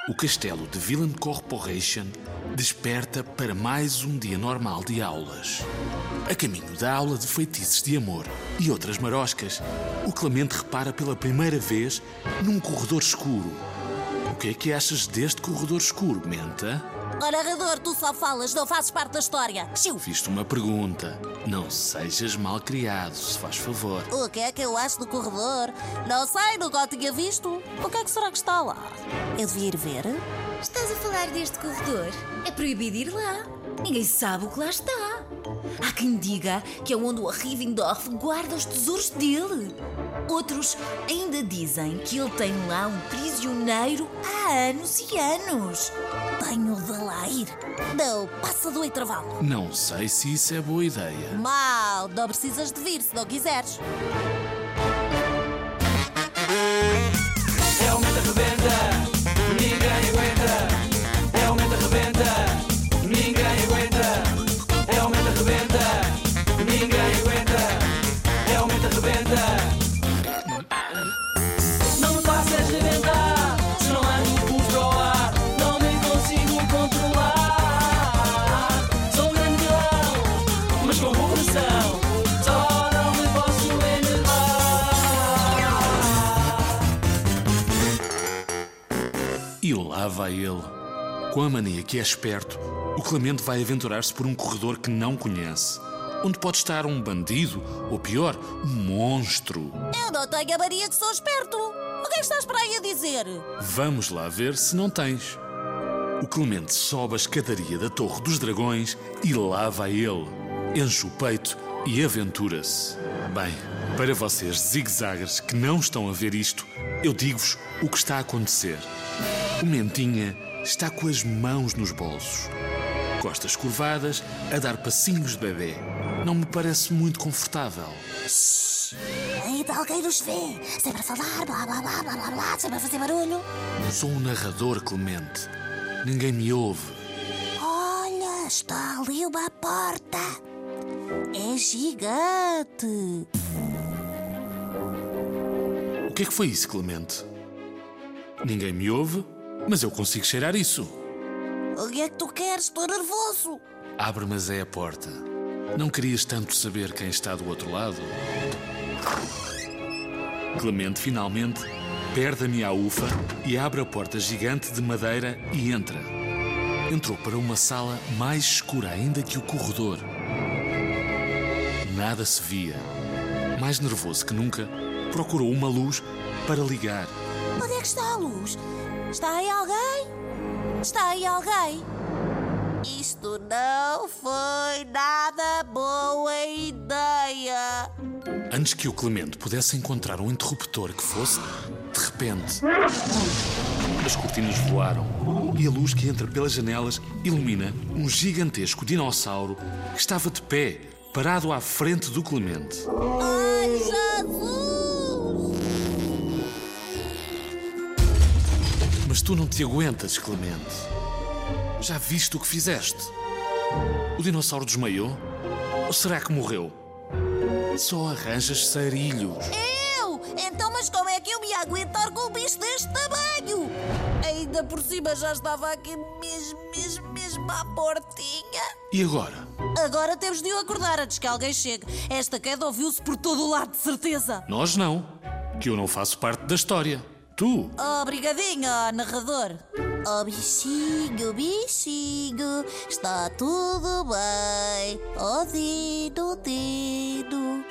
O castelo de Villain Corporation desperta para mais um dia normal de aulas. A caminho da aula de feitiços de amor e outras maroscas, o Clemente repara pela primeira vez num corredor escuro. O que é que achas deste corredor escuro, Menta? Ó narrador, tu só falas, não fazes parte da história. Xiu. Fiz-te uma pergunta. Não sejas mal criado, se faz favor. O que é que eu acho do corredor? Não sei, nunca o tinha visto. O que é que será que está lá? Eu devia ir ver? Estás a falar deste corredor? É proibido ir lá. Ninguém sabe o que lá está. Há quem diga que é onde o Rivendorf guarda os tesouros dele. Outros ainda dizem que ele tem lá um prisioneiro há anos e anos. Tenho de lá ir. Não, passa do intervalo. Não sei se isso é boa ideia. Mal, não precisas de vir se não quiseres. É o Menta Rebenta, ninguém aguenta. É o Menta Rebenta, ninguém aguenta. É o Menta Rebenta, ninguém aguenta. É o Menta Rebenta. Não me faças rebentar, se não ando pulso para o ar, não me consigo controlar. Sou um grande vilão, mas com boa coração, só não me posso enervar. E lá vai ele. Com a mania que é esperto, o Clemente vai aventurar-se por um corredor que não conhece, onde pode estar um bandido, ou pior, um monstro. Eu não tenho a mania que sou esperto. O que é que estás para aí a dizer? Vamos lá ver se não tens. O Clemente sobe a escadaria da Torre dos Dragões e lá vai ele. Enche o peito e aventura-se. Bem, para vocês zigue-zagues que não estão a ver isto, eu digo-vos o que está a acontecer. O Mentinha está com as mãos nos bolsos, costas curvadas, a dar passinhos de bebê. Não me parece muito confortável. Ainda alguém nos vê. Sempre a falar, blá blá blá blá blá blá, sempre a fazer barulho. Sou um narrador, Clemente. Ninguém me ouve. Olha, está ali uma porta. É gigante. O que é que foi isso, Clemente? Ninguém me ouve, mas eu consigo cheirar isso. O que é que tu queres? Estou nervoso. Abre, mas é a porta. Não querias tanto saber quem está do outro lado? Clemente finalmente perde a miaufa e abre a porta gigante de madeira e entra. Entrou para uma sala mais escura ainda que o corredor. Nada se via. Mais nervoso que nunca, procurou uma luz para ligar. Onde é que está a luz? Está aí alguém? Está aí alguém? Isto não foi nada boa ideia. Antes que o Clemente pudesse encontrar um interruptor que fosse, de repente, as cortinas voaram e a luz que entra pelas janelas ilumina um gigantesco dinossauro que estava de pé, parado à frente do Clemente. Ai, Jesus! Mas tu não te aguentas, Clemente. Já viste o que fizeste? O dinossauro desmaiou? Ou será que morreu? Só arranjas sarilhos. Eu? Então, mas como é que eu me ia aguentar com um bicho deste tamanho? Ainda por cima já estava aqui mesmo à portinha. E agora? Agora temos de o acordar antes que alguém chegue. Esta queda ouviu-se por todo o lado, de certeza. Nós não, que eu não faço parte da história. Tu? Obrigadinho, narrador. Oh, bichinho, bichinho, está tudo bem. Oh, Dino, Dino.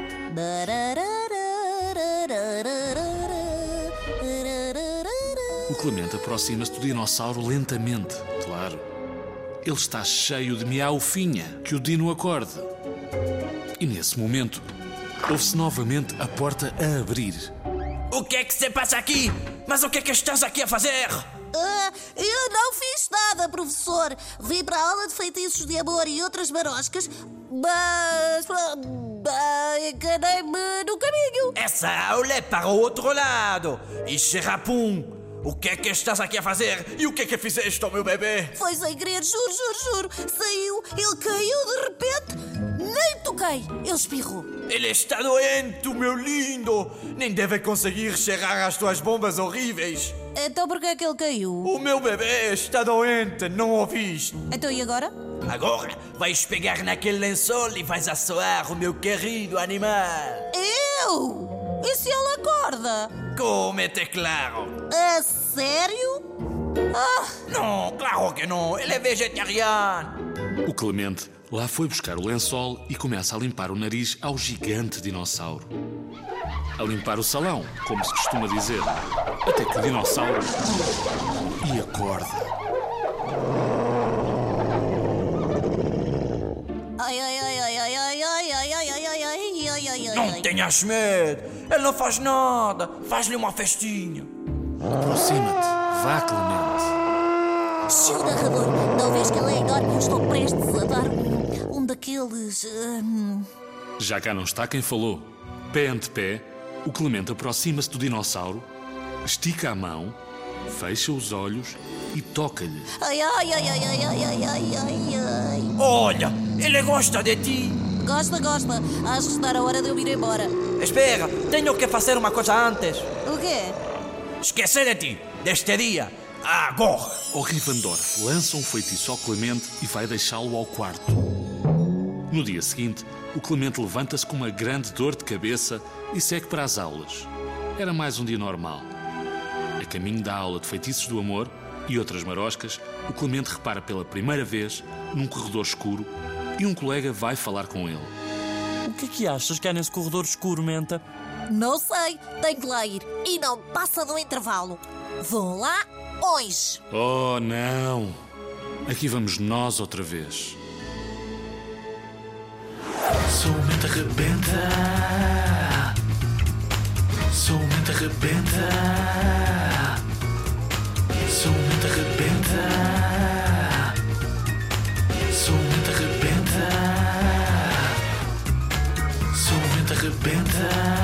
O Clemente aproxima-se do dinossauro lentamente, claro. Ele está cheio de miaufinha, que o Dino acorde. E nesse momento, ouve-se novamente a porta a abrir. O que é que se passa aqui? Mas o que é que estás aqui a fazer? Eu não fiz nada, professor. Vim para a aula de feitiços de amor e outras maroscas, mas enganei-me no caminho. Essa aula é para o outro lado. E Xerapum, o que é que estás aqui a fazer? E o que é que fizeste ao meu bebê? Foi sem querer, juro. Saiu, ele caiu de repente. Nem toquei, ele espirrou. Ele está doente, meu lindo. Nem deve conseguir cheirar as tuas bombas horríveis. Então porquê é que ele caiu? O meu bebê está doente, não ouviste? Então e agora? Agora vais pegar naquele lençol e vais assoar o meu querido animal. Eu? E se ele acorda? Como é claro? A sério? Ah, Não, claro que não, ele é vegetariano. O Clemente lá foi buscar o lençol e começa a limpar o nariz ao gigante dinossauro. A limpar o salão, como se costuma dizer. Até que o dinossauro e acorda. ai, ai, ai, ai, ai, ai, ai, ai, ai, ai, ai, ai, ai, ai, Não ai. tenhas medo, ele não faz nada, faz-lhe uma festinha. Aproxima-te, vá, Clemente. Senhor narrador, não vês que ele é enorme e eu estou prestes a dar um daqueles... Já cá não está quem falou. Pé ante pé, o Clemente aproxima-se do dinossauro, estica a mão, fecha os olhos e toca-lhe. Ai, ai, ai, ai, ai, ai, ai, ai, ai, ai. Olha, ele gosta de ti. Gosta, gosta. Acho que está na hora de eu ir embora. Espera, tenho que fazer uma coisa antes. O quê? Esquecer de ti, deste dia, agora. O Rivandorf lança um feitiço ao Clemente e vai deixá-lo ao quarto. No dia seguinte, o Clemente levanta-se com uma grande dor de cabeça e segue para as aulas. Era mais um dia normal. A caminho da aula de feitiços do amor e outras maroscas, o Clemente repara pela primeira vez num corredor escuro e um colega vai falar com ele. O que achas que há nesse corredor escuro, Menta? Não sei. Tenho de lá ir. E não passa do intervalo. Vou lá hoje. Oh, não! Aqui vamos nós outra vez. Sou o Menta Rebenta. Sou o Menta Rebenta. Sou o Menta Rebenta. Sou o Menta Rebenta. Sou o Menta Rebenta.